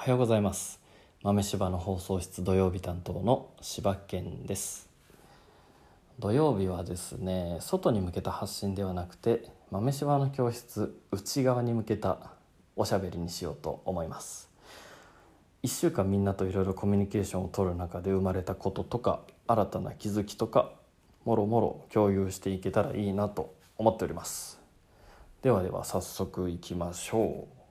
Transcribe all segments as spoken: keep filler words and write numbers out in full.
はようございます。豆柴の放送室土曜日担当の柴犬です。土曜日はですね、外に向けた発信ではなくて豆柴の教室内側に向けたおしゃべりにしようと思います。いっしゅうかんみんなといろいろコミュニケーションを取る中で生まれたこととか新たな気づきとかもろもろ共有していけたらいいなと思っております。ではでは早速いきましょう。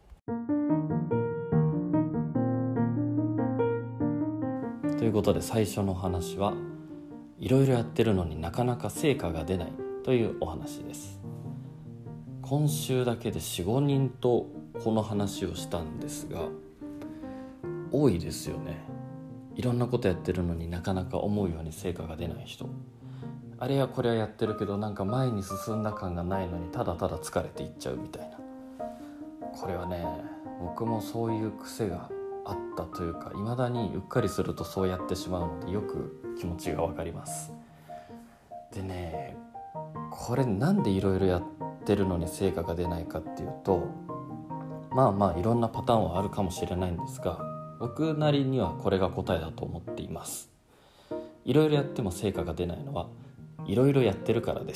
ということで最初の話はいろいろやってるのになかなか成果が出ないというお話です。今週だけで よん,ご 人とこの話をしたんですが多いですよね。いろんなことやってるのになかなか思うように成果が出ない人、あれやこれはやってるけどなんか前に進んだ感がないのにただただ疲れていっちゃうみたいな。これはね、僕もそういう癖があったというか、未だにうっかりするとそうやってしまうのでよく気持ちがわかります。でね、これなんでいろいろやってるのに成果が出ないかっていうと、まあまあいろんなパターンはあるかもしれないんですが、僕なりにはこれが答えだと思っています。いろいろやっても成果が出ないのはいろいろやってるからです。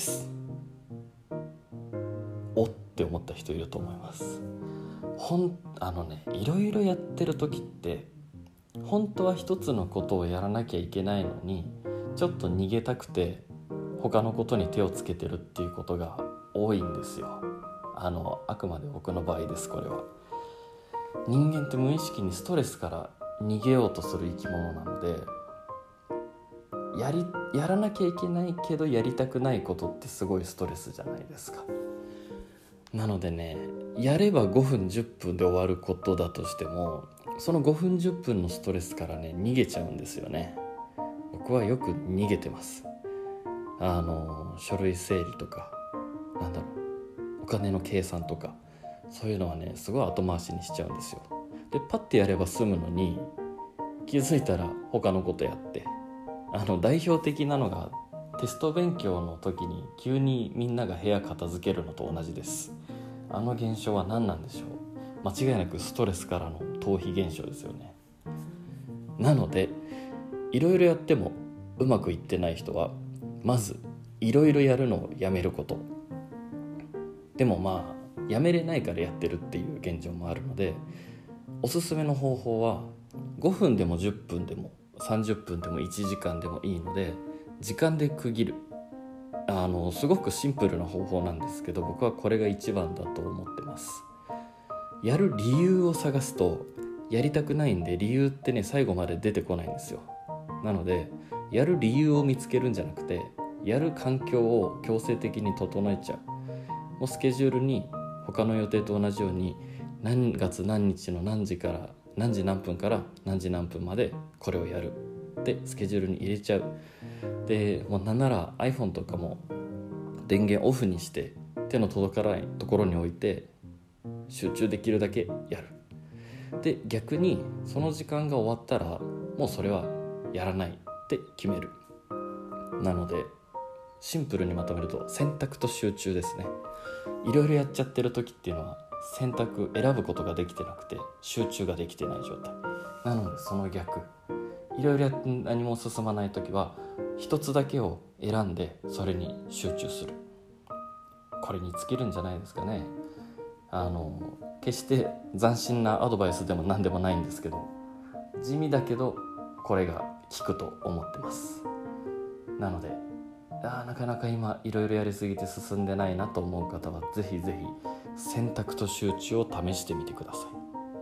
おって思った人いると思います。ほんあのねいろいろやってる時って本当は一つのことをやらなきゃいけないのにちょっと逃げたくて他のことに手をつけてるっていうことが多いんですよ。あのあくまで僕の場合です。これは人間って無意識にストレスから逃げようとする生き物なので、やりやらなきゃいけないけどやりたくないことってすごいストレスじゃないですか。なのでね、やればごふんじゅっぷんで終わることだとしてもそのごふんじゅっぷんのストレスからね逃げちゃうんですよね。僕はよく逃げてます。あの書類整理とかなんだろうお金の計算とかそういうのはねすごい後回しにしちゃうんですよ。でパッてやれば済むのに気づいたら他のことやって、あの代表的なのがテスト勉強の時に急にみんなが部屋片付けるのと同じです。あの現象は何なんでしょう。間違いなくストレスからの逃避現象ですよね。なのでいろいろやってもうまくいってない人はまずいろいろやるのをやめること。でもまあやめれないからやってるっていう現状もあるので、おすすめの方法はごふんでもじゅっぷんでもさんじゅっぷんでもいちじかんでもいいので時間で区切る。あのすごくシンプルな方法なんですけど僕はこれが一番だと思ってます。やる理由を探すとやりたくないんで理由ってね最後まで出てこないんですよ。なのでやる理由を見つけるんじゃなくてやる環境を強制的に整えちゃう。もうスケジュールに他の予定と同じように何月何日の何時から何時何分から何時何分までこれをやるってスケジュールに入れちゃう。でもうなんなら iPhone とかも電源オフにして手の届かないところに置いて集中できるだけやる。で逆にその時間が終わったらもうそれはやらないって決める。なのでシンプルにまとめると選択と集中ですね。いろいろやっちゃってる時っていうのは選択選ぶことができてなくて集中ができてない状態なので、その逆、いろいろやって何も進まない時は一つだけを選んでそれに集中する。これに尽きるんじゃないですかね。あの決して斬新なアドバイスでも何でもないんですけど、地味だけどこれが効くと思ってます。なのであなかなか今いろいろやりすぎて進んでないなと思う方はぜひぜひ選択と集中を試してみてください。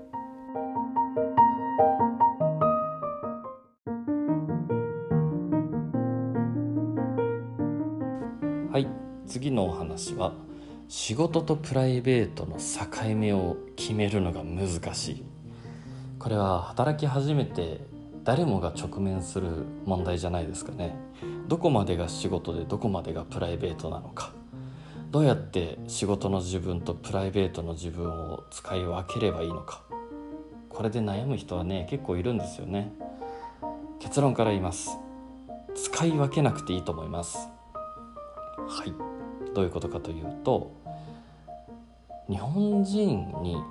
はい、次のお話は仕事とプライベートの境目を決めるのが難しい。これは働き始めて誰もが直面する問題じゃないですかね。どこまでが仕事でどこまでがプライベートなのか、どうやって仕事の自分とプライベートの自分を使い分ければいいのか、これで悩む人はね結構いるんですよね。結論から言います。使い分けなくていいと思います。はい、どういうことかというと、日本人に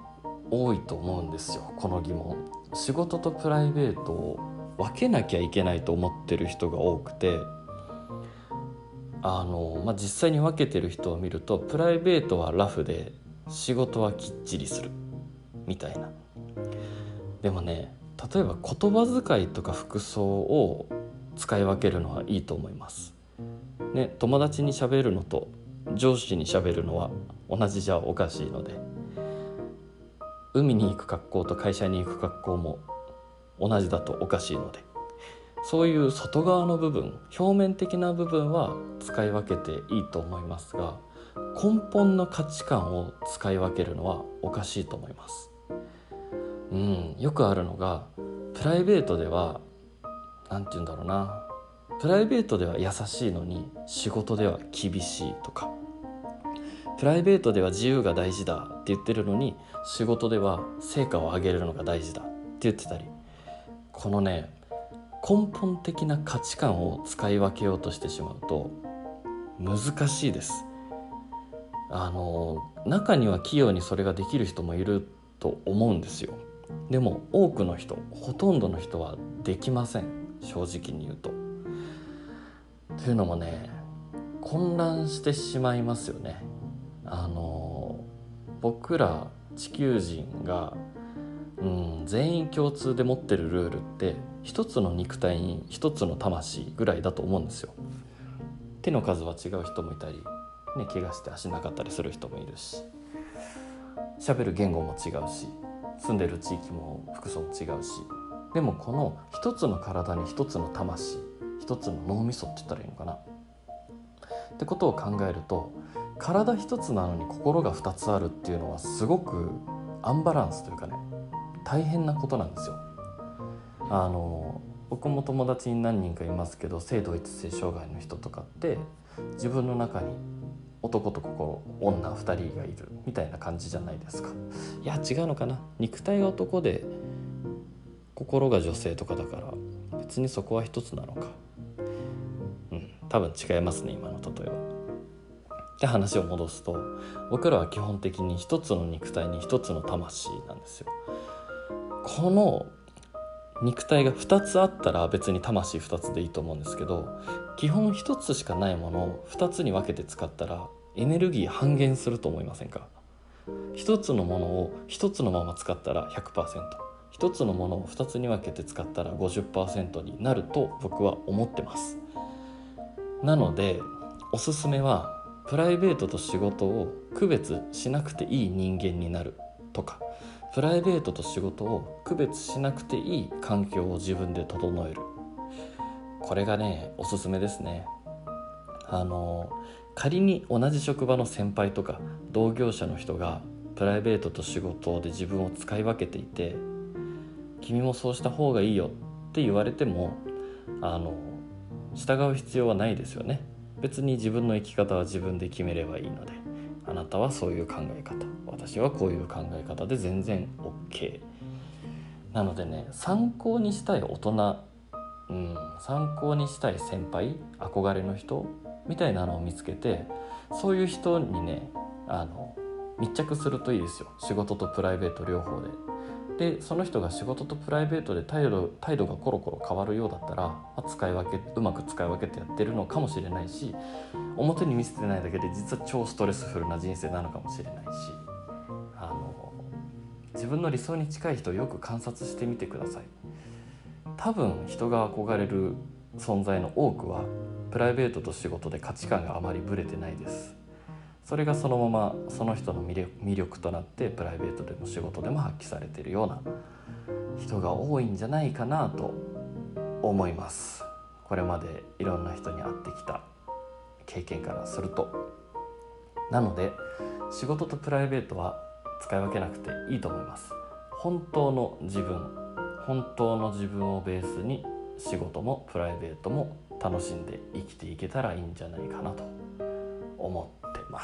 多いと思うんですよ、この疑問。仕事とプライベートを分けなきゃいけないと思ってる人が多くて、あの、まあ、実際に分けてる人を見ると、プライベートはラフで仕事はきっちりするみたいな。でもね、例えば言葉遣いとか服装を使い分けるのはいいと思います、ね、友達に喋るのと上司に喋るのは同じじゃおかしいので、海に行く格好と会社に行く格好も同じだとおかしいので、そういう外側の部分、表面的な部分は使い分けていいと思いますが、根本の価値観を使い分けるのはおかしいと思います。うん、よくあるのが、プライベートではなんて言うんだろうな、プライベートでは優しいのに仕事では厳しいとか、プライベートでは自由が大事だって言ってるのに仕事では成果を上げるのが大事だって言ってたり、このね、根本的な価値観を使い分けようとしてしまうと難しいです。あの中には器用にそれができる人もいると思うんですよ。でも多くの人、ほとんどの人はできません、正直に言うと。というのもね、混乱してしまいますよね。あの僕ら地球人が、うん、全員共通で持ってるルールって一つの肉体に一つの魂ぐらいだと思うんですよ。手の数は違う人もいたり、ね、怪我して足なかったりする人もいるし、喋る言語も違うし、住んでる地域も服装も違うし、でもこの一つの体に一つの魂、一つの脳みそって言ったらいいのかなってことを考えると、体一つなのに心が二つあるっていうのはすごくアンバランスというかね、大変なことなんですよ。あの僕も友達に何人かいますけど、性同一性障害の人とかって自分の中に男と心、女ふたりがいるみたいな感じじゃないですか。いや違うのかな、肉体が男で心が女性とかだから別にそこは一つなのか、うん多分違いますね、今の例えは。で話を戻すと、僕らは基本的に一つの肉体に一つの魂なんですよ。この肉体がふたつあったら別に魂ふたつでいいと思うんですけど、基本ひとつしかないものをふたつに分けて使ったらエネルギー半減すると思いませんか？ひとつのものをひとつのまま使ったら ひゃくパーセント、ひとつのものをふたつに分けて使ったら ごじゅっパーセント になると僕は思ってます。なのでおすすめは、プライベートと仕事を区別しなくていい人間になるとか、プライベートと仕事を区別しなくていい環境を自分で整える、これがねおすすめですね。あの仮に同じ職場の先輩とか同業者の人がプライベートと仕事で自分を使い分けていて、君もそうした方がいいよって言われても、あの従う必要はないですよね。別に自分の生き方は自分で決めればいいので、あなたはそういう考え方、私はこういう考え方で全然 OK なのでね、参考にしたい大人、うん、参考にしたい先輩、憧れの人みたいなのを見つけて、そういう人にね、あの密着するといいですよ。仕事とプライベート両方で。でその人が仕事とプライベートで態度、態度がコロコロ変わるようだったら、まあ、使い分けうまく使い分けてやってるのかもしれないし、表に見せてないだけで実は超ストレスフルな人生なのかもしれないし、あの自分の理想に近い人をよく観察してみてください。多分人が憧れる存在の多くはプライベートと仕事で価値観があまりブレてないです。それがそのままその人の魅力となってプライベートでも仕事でも発揮されているような人が多いんじゃないかなと思います。これまでいろんな人に会ってきた経験からすると。なので仕事とプライベートは使い分けなくていいと思います。本当の自分、本当の自分をベースに仕事もプライベートも楽しんで生きていけたらいいんじゃないかなと思ってます。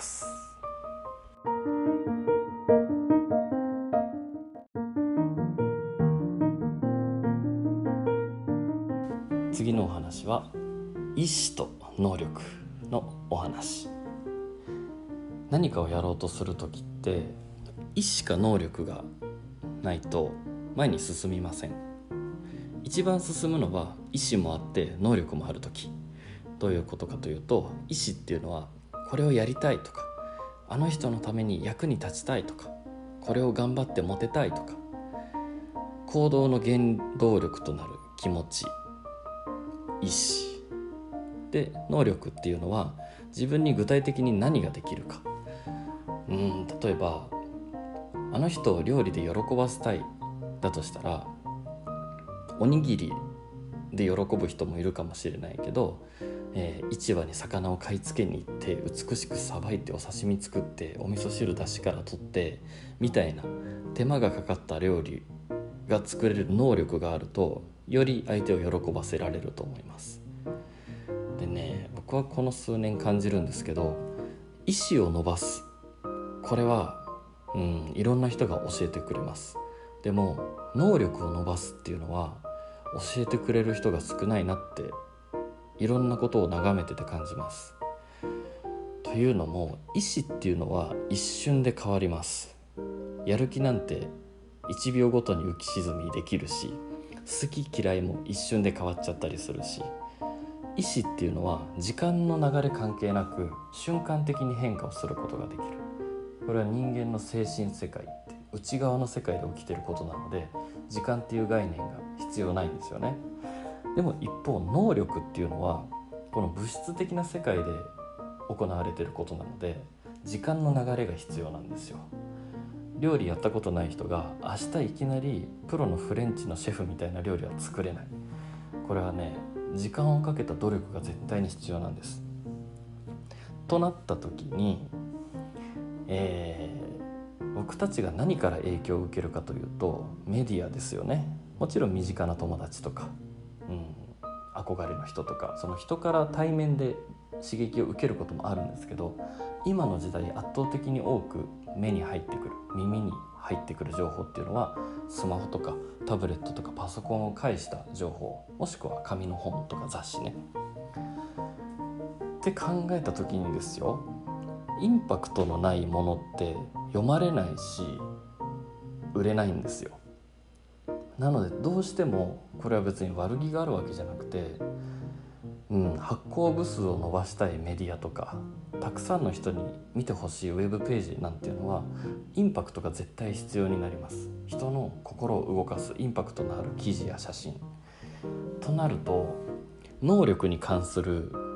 次のお話は意志と能力のお話。何かをやろうとするときって意志か能力がないと前に進みません。一番進むのは意思もあって能力もあるとき。どういうことかというと、意思っていうのはこれをやりたいとか、あの人のために役に立ちたいとか、これを頑張ってモテたいとか、行動の原動力となる気持ち、意思で、能力っていうのは自分に具体的に何ができるか。うーん例えばあの人を料理で喜ばせたいだとしたら、おにぎりで喜ぶ人もいるかもしれないけど、えー、市場に魚を買い付けに行って美しくさばいてお刺身作ってお味噌汁出汁から取ってみたいな手間がかかった料理が作れる能力があると、より相手を喜ばせられると思います。でね、僕はこの数年感じるんですけど、意思を伸ばす、これは、うん、いろんな人が教えてくれます。でも能力を伸ばすっていうのは教えてくれる人が少ないなって、いろんなことを眺めてて感じます。というのも、意思っていうのは一瞬で変わります。やる気なんていちびょうごとに浮き沈みできるし、好き嫌いも一瞬で変わっちゃったりするし、意思っていうのは時間の流れ関係なく瞬間的に変化をすることができる。これは人間の精神世界って内側の世界で起きていることなので、時間っていう概念が必要ないんですよね。でも一方、能力っていうのはこの物質的な世界で行われていることなので、時間の流れが必要なんですよ。料理やったことない人が明日いきなりプロのフレンチのシェフみたいな料理は作れない。これはね、時間をかけた努力が絶対に必要なんです。となった時に、えー、僕たちが何から影響を受けるかというと、メディアですよね。もちろん身近な友達とか、うん、憧れの人とか、その人から対面で刺激を受けることもあるんですけど、今の時代圧倒的に多く目に入ってくる、耳に入ってくる情報っていうのは、スマホとかタブレットとかパソコンを介した情報、もしくは紙の本とか雑誌ねって考えた時にですよ、インパクトのないものって読まれないし売れないんですよ。なのでどうしても、これは別に悪気があるわけじゃなくて、うん、発行部数を伸ばしたいメディアとか、たくさんの人に見てほしいウェブページなんていうのは、インパクトが絶対必要になります。人の心を動かすインパクトのある記事や写真となると、能力に関する、うん、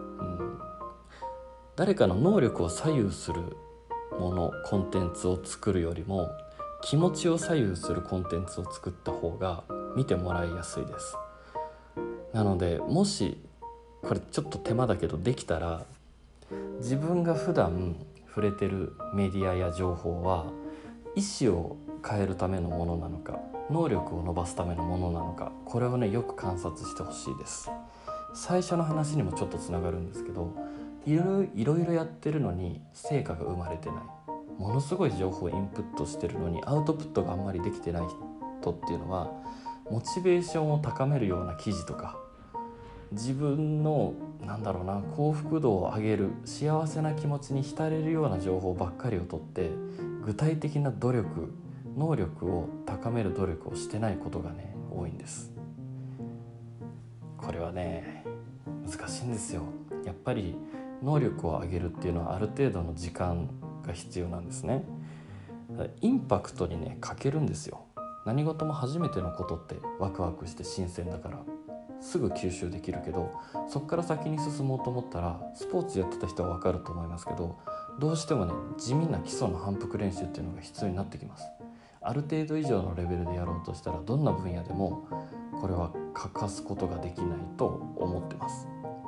誰かの能力を左右するもの、コンテンツを作るよりも、気持ちを左右するコンテンツを作った方が見てもらいやすいです。なので、もしこれちょっと手間だけどできたら、自分が普段触れてるメディアや情報は意思を変えるためのものなのか、能力を伸ばすためのものなのか、これをね、よく観察してほしいです。最初の話にもちょっとつながるんですけど、いろいろいろやってるのに成果が生まれてない、ものすごい情報をインプットしてるのにアウトプットがあんまりできてない人っていうのは、モチベーションを高めるような記事とか、自分のなんだろうな幸福度を上げる、幸せな気持ちに浸れるような情報ばっかりを取って、具体的な努力、能力を高める努力をしてないことがね、多いんです。これはね、難しいんですよ。やっぱり能力を上げるっていうのはある程度の時間が必要なんですね。インパクトにね欠けるんですよ。何事も初めてのことってワクワクして新鮮だからすぐ吸収できるけど、そこから先に進もうと思ったら、スポーツやってた人は分かると思いますけど、どうしてもね、地味な基礎の反復練習っていうのが必要になってきます。ある程度以上のレベルでやろうとしたら、どんな分野でもこれは欠かすことができないと思ってます。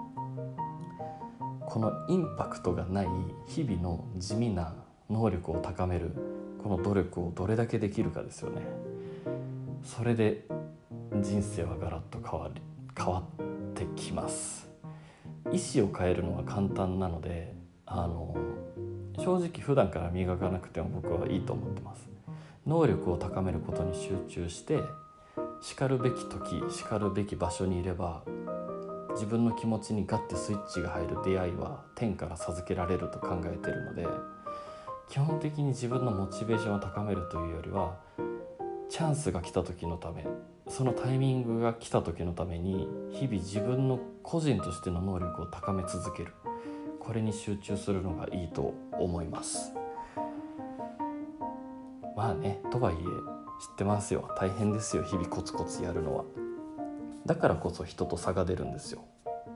このインパクトがない日々の地味な能力を高める、この努力をどれだけできるかですよね。それで人生はガラッと変わり変わってきます。意思を変えるのは簡単なので、あの正直普段から磨かなくても僕はいいと思ってます。能力を高めることに集中して、しかるべき時、しかるべき場所にいれば、自分の気持ちにガッてスイッチが入る出会いは天から授けられると考えているので、基本的に自分のモチベーションを高めるというよりは、 チャンスが来た時のため、そのタイミングが来た時のために日々自分の個人としての能力を高め続ける、これに集中するのがいいと思います。まあね、とはいえ知ってますよ、大変ですよ、日々コツコツやるのは。だからこそ人と差が出るんですよ。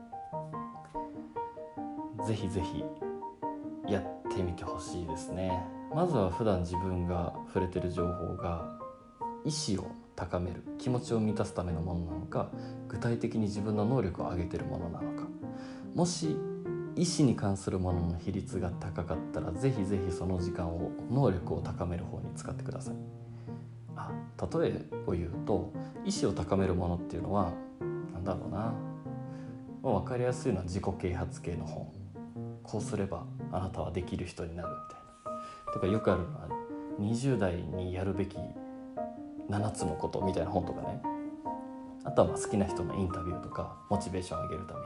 ぜひぜひやってみてほしいですね。まずは普段自分が触れてる情報が意思を高める、気持ちを満たすためのものなのか、具体的に自分の能力を上げてるものなのか。もし意思に関するものの比率が高かったら、ぜひぜひその時間を能力を高める方に使ってください。あ、例えを言うと、意思を高めるものっていうのはなんだろうな、まあ、分かりやすいのは自己啓発系の本、こうすればあなたはできる人になるみたいなとか、よくあるのはにじゅう代にやるべきななつのことみたいな本とかね。あとはまあ好きな人のインタビューとかモチベーションを上げるた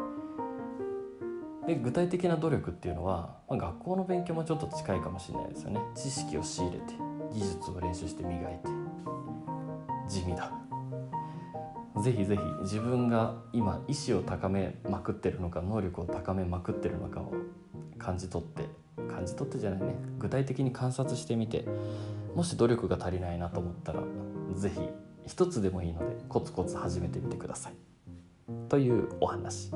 めに。で、具体的な努力っていうのは、まあ、学校の勉強もちょっと近いかもしれないですよね。知識を仕入れて技術を練習して磨いて、地味だ。ぜひぜひ自分が今意志を高めまくってるのか、能力を高めまくってるのかを感じ取って感じ取ってじゃないね具体的に観察してみて、もし努力が足りないなと思ったら、ぜひ一つでもいいのでコツコツ始めてみてくださいというお話。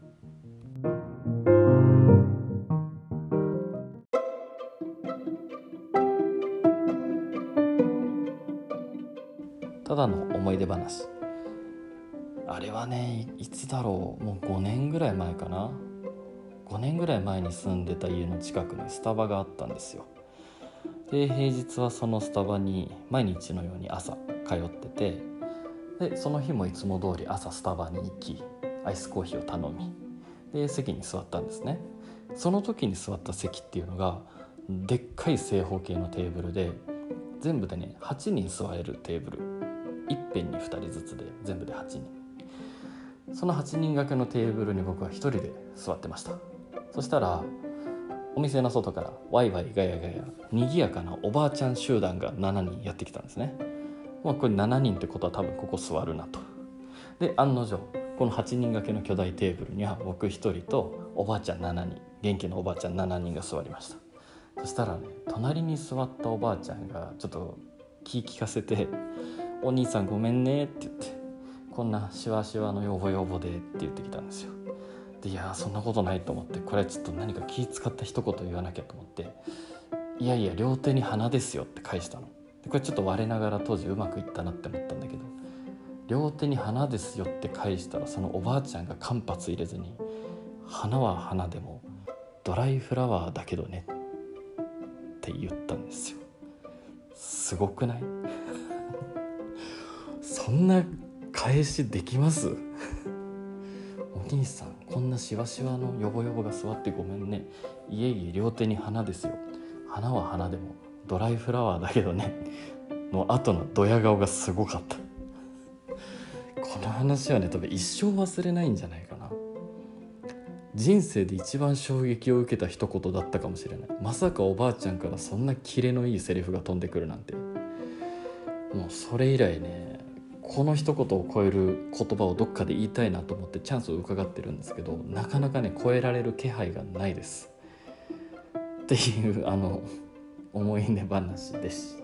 ただの思い出話。あれはね、いつだろう、もうごねんぐらい前かな。ごねんぐらい前に住んでた家の近くにスタバがあったんですよ。で、平日はそのスタバに毎日のように朝通ってて、でその日もいつも通り朝スタバに行き、アイスコーヒーを頼み、で席に座ったんですね。その時に座った席っていうのがでっかい正方形のテーブルで、全部でねはちにん座れるテーブル、いっぺんにふたりずつで全部ではちにん。そのはちにん掛けのテーブルに僕は一人で座ってました。そしたらお店の外からワイワイガヤガヤ賑やかなおばあちゃん集団がしちにんやってきたんですね。まあこれしちにんってことは多分ここ座るなと。で、案の定このはちにん掛けの巨大テーブルには僕一人とおばあちゃんしちにん、元気なおばあちゃんしちにんが座りました。そしたらね、隣に座ったおばあちゃんがちょっと気利かせて、お兄さんごめんねって言って、こんなシワシワのヨボヨボでって言ってきたんですよ。で、いやそんなことないと思って、これはちょっと何か気使った一言言わなきゃと思って、いやいや両手に花ですよって返したの。でこれちょっと我ながら当時うまくいったなって思ったんだけど、両手に花ですよって返したら、そのおばあちゃんが間髪入れずに、花は花でもドライフラワーだけどねって言ったんですよ。すごくない？そんな返しできます？お兄さんこんなシワシワのヨボヨボが座ってごめんね、いえいえ両手に花ですよ、花は花でもドライフラワーだけどねの後のドヤ顔がすごかった。この話はね多分一生忘れないんじゃないかな。人生で一番衝撃を受けた一言だったかもしれない。まさかおばあちゃんからそんなキレのいいセリフが飛んでくるなんて。もうそれ以来ね、この一言を超える言葉をどっかで言いたいなと思ってチャンスを伺ってるんですけど、なかなかね超えられる気配がないですっていうあの思い出話でした。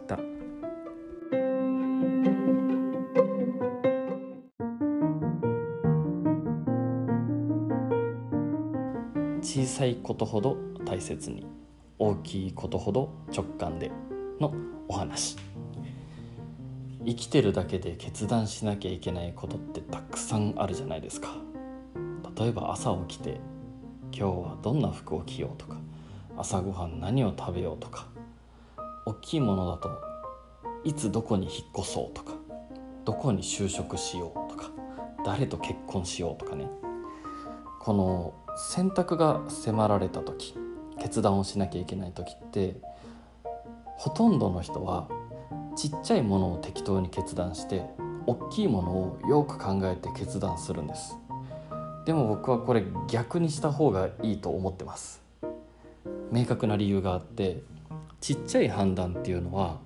小さいことほど大切に、大きいことほど直感でのお話。生きてるだけで決断しなきゃいけないことってたくさんあるじゃないですか。例えば朝起きて今日はどんな服を着ようとか、朝ごはん何を食べようとか、大きいものだといつどこに引っ越そうとか、どこに就職しようとか、誰と結婚しようとかね。この選択が迫られた時、決断をしなきゃいけない時って、ほとんどの人はちっちゃいものを適当に決断して、大きいものをよく考えて決断するんです。でも僕はこれ逆にした方がいいと思ってます。明確な理由があって、ちっちゃい判断っていうのは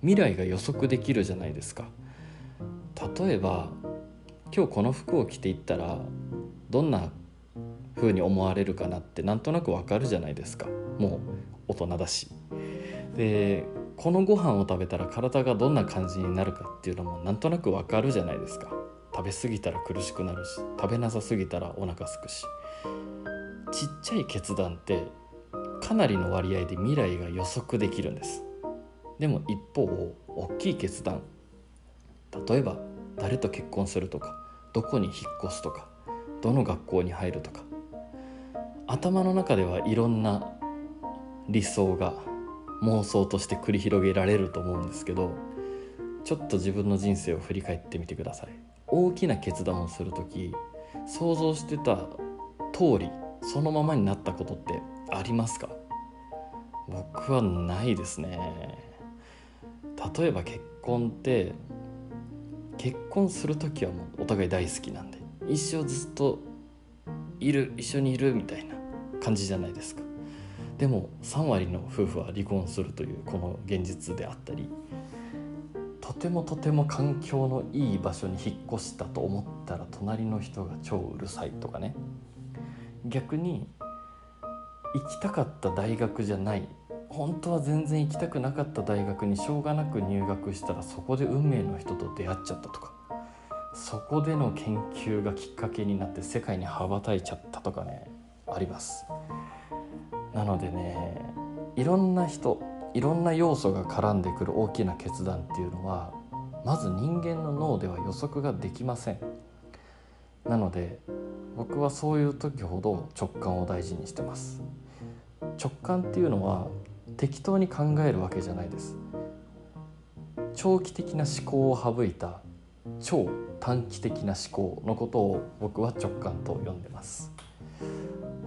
未来が予測できるじゃないですか。例えば今日この服を着ていったらどんな風に思われるかなってなんとなくわかるじゃないですか。もう大人だし。でこのご飯を食べたら体がどんな感じになるかっていうのもなんとなくわかるじゃないですか。食べ過ぎたら苦しくなるし、食べなさすぎたらお腹すくし。ちっちゃい決断ってかなりの割合で未来が予測できるんです。でも一方大きい決断、例えば誰と結婚するとか、どこに引っ越すとか、どの学校に入るとか、頭の中ではいろんな理想が妄想として繰り広げられると思うんですけど、ちょっと自分の人生を振り返ってみてください。大きな決断をするとき、想像してた通りそのままになったことってありますか？僕はないですね。例えば結婚って結婚するときはもうお互い大好きなんで一生ずっといる一緒にいるみたいな感じじゃないですか。でもさん割の夫婦は離婚するというこの現実であったり、とてもとても環境のいい場所に引っ越したと思ったら隣の人が超うるさいとかね。逆に行きたかった大学じゃない、本当は全然行きたくなかった大学にしょうがなく入学したらそこで運命の人と出会っちゃったとか、そこでの研究がきっかけになって世界に羽ばたいちゃったとかね、あります。なのでね、いろんな人いろんな要素が絡んでくる大きな決断っていうのはまず人間の脳では予測ができません。なので僕はそういう時ほど直感を大事にしてます。直感っていうのは適当に考えるわけじゃないです。長期的な思考を省いた超短期的な思考のことを僕は直感と呼んでます。うん、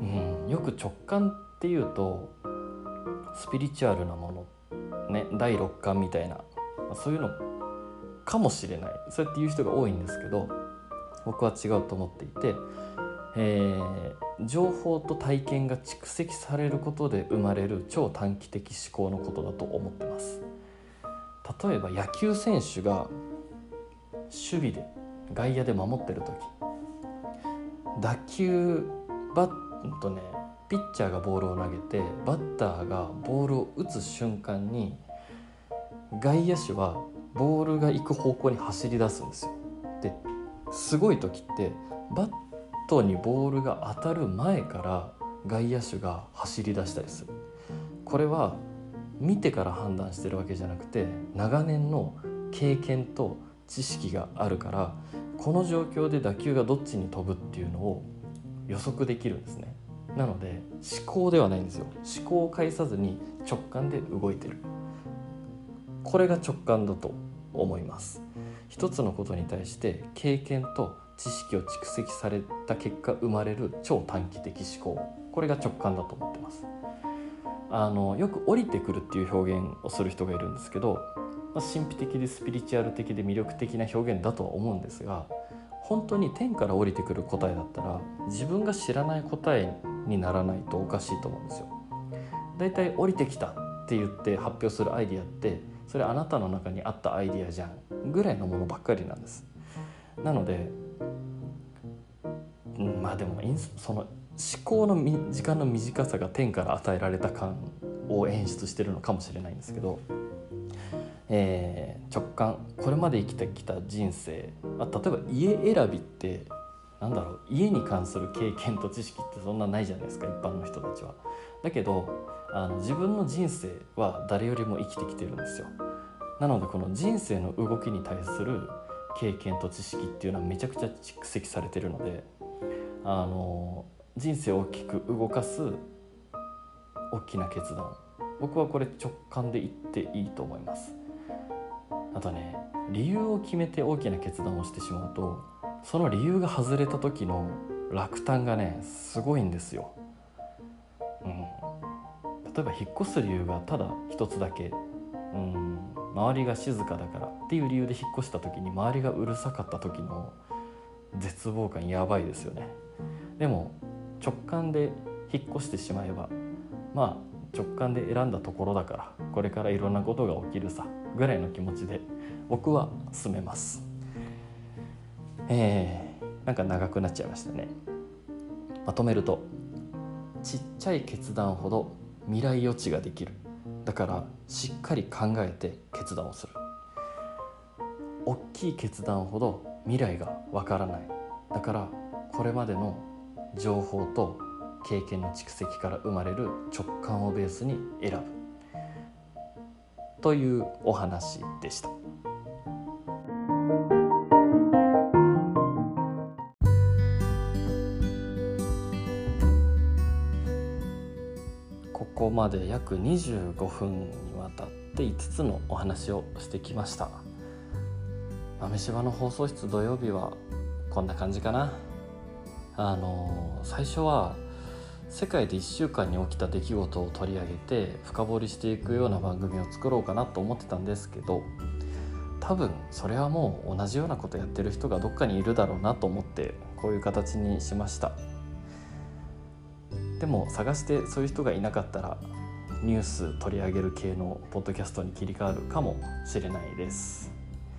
よく直感っていうとスピリチュアルなもの、ね、第六感みたいな、そういうのかもしれない、そうやって言う人が多いんですけど、僕は違うと思っていて、えー、情報と体験が蓄積されることで生まれる超短期的思考のことだと思ってます。例えば野球選手が守備で外野で守ってる時、打球バッとねピッチャーがボールを投げてバッターがボールを打つ瞬間に外野手はボールが行く方向に走り出すんですよ。ですごい時ってバットにボールが当たる前から外野手が走り出したりする。これは見てから判断してるわけじゃなくて長年の経験と知識があるから、この状況で打球がどっちに飛ぶっていうのを予測できるんですね。なので思考ではないんですよ。思考を介さずに直感で動いてる。これが直感だと思います。一つのことに対して経験と知識を蓄積された結果生まれる超短期的思考、これが直感だと思ってます。あのよく降りてくるっていう表現をする人がいるんですけど、まあ、神秘的でスピリチュアル的で魅力的な表現だとは思うんですが、本当に天から降りてくる答えだったら自分が知らない答えにならないとおかしいと思うんですよ。だいたい降りてきたって言って発表するアイディアってそれあなたの中にあったアイディアじゃんぐらいのものばっかりなんです。なので、うん、まあでもその思考の時間の短さが天から与えられた感を演出してるのかもしれないんですけど、えー、直感、これまで生きてきた人生、あ、例えば家選びってなんだろう、家に関する経験と知識ってそんなないじゃないですか、一般の人たちは。だけどあの自分の人生は誰よりも生きてきてるんですよ。なのでこの人生の動きに対する経験と知識っていうのはめちゃくちゃ蓄積されてるので、あの人生を大きく動かす大きな決断、僕はこれ直感で言っていいと思います。あとね、理由を決めて大きな決断をしてしまうとその理由が外れた時の落胆がねすごいんですよ。うん、例えば引っ越す理由がただ一つだけ、うん、周りが静かだからっていう理由で引っ越した時に周りがうるさかった時の絶望感やばいですよね。でも直感で引っ越してしまえば、まあ直感で選んだところだから、これからいろんなことが起きるさぐらいの気持ちで僕は進めます。えー、なんか長くなっちゃいましたね。まとめると、ちっちゃい決断ほど未来予知ができる。だからしっかり考えて決断をする。大きい決断ほど未来がわからない。だからこれまでの情報と経験の蓄積から生まれる直感をベースに選ぶというお話でした。ここまで約にじゅうごふんにわたっていつつのお話をしてきました。豆柴の放送室土曜日はこんな感じかな。あの最初は世界でいっしゅうかんに起きた出来事を取り上げて深掘りしていくような番組を作ろうかなと思ってたんですけど、多分それはもう同じようなことやってる人がどっかにいるだろうなと思ってこういう形にしました。でも探してそういう人がいなかったらニュース取り上げる系のポッドキャストに切り替わるかもしれないです。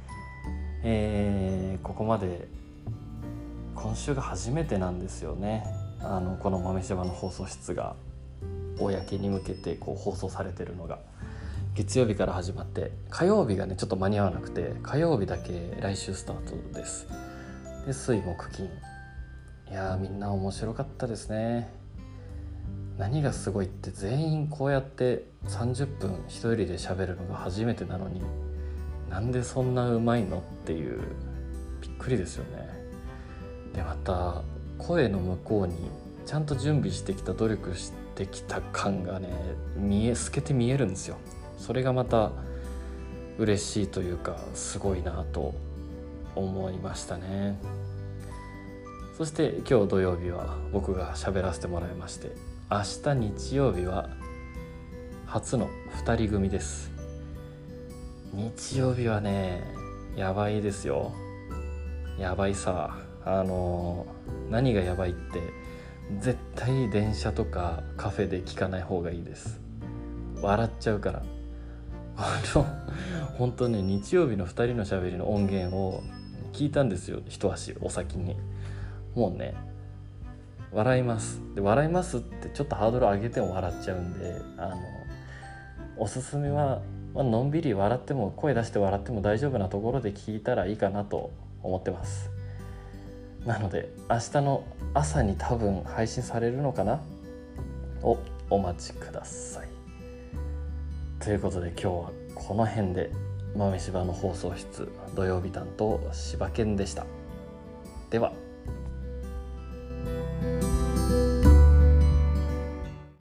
えー、ここまで今週が初めてなんですよね。あのこの豆柴の放送室が公に向けてこう放送されてるのが月曜日から始まって、火曜日がねちょっと間に合わなくて、火曜日だけ来週スタートです。で水木金、いやーみんな面白かったですね。何がすごいって全員こうやってさんじゅっぷん一人で喋るのが初めてなのに、なんでそんなうまいのっていうびっくりですよね。でまた声の向こうにちゃんと準備してきた努力してきた感がね見え透けて見えるんですよ。それがまた嬉しいというかすごいなと思いましたね。そして今日土曜日は僕が喋らせてもらいまして、明日日曜日は初のふたり組です。日曜日はねやばいですよ。やばいさ。あの何がやばいって絶対電車とかカフェで聞かない方がいいです。笑っちゃうから。あの本当ね日曜日のふたりのしゃべりの音源を聞いたんですよ、一足お先に。もうね笑いますで笑いますってちょっとハードル上げても笑っちゃうんで、あのおすすめは、まあのんびり笑っても声出して笑っても大丈夫なところで聞いたらいいかなと思ってます。なので明日の朝に多分配信されるのかなをお待ちください。ということで今日はこの辺で豆柴の放送室土曜日担当柴犬でした。では。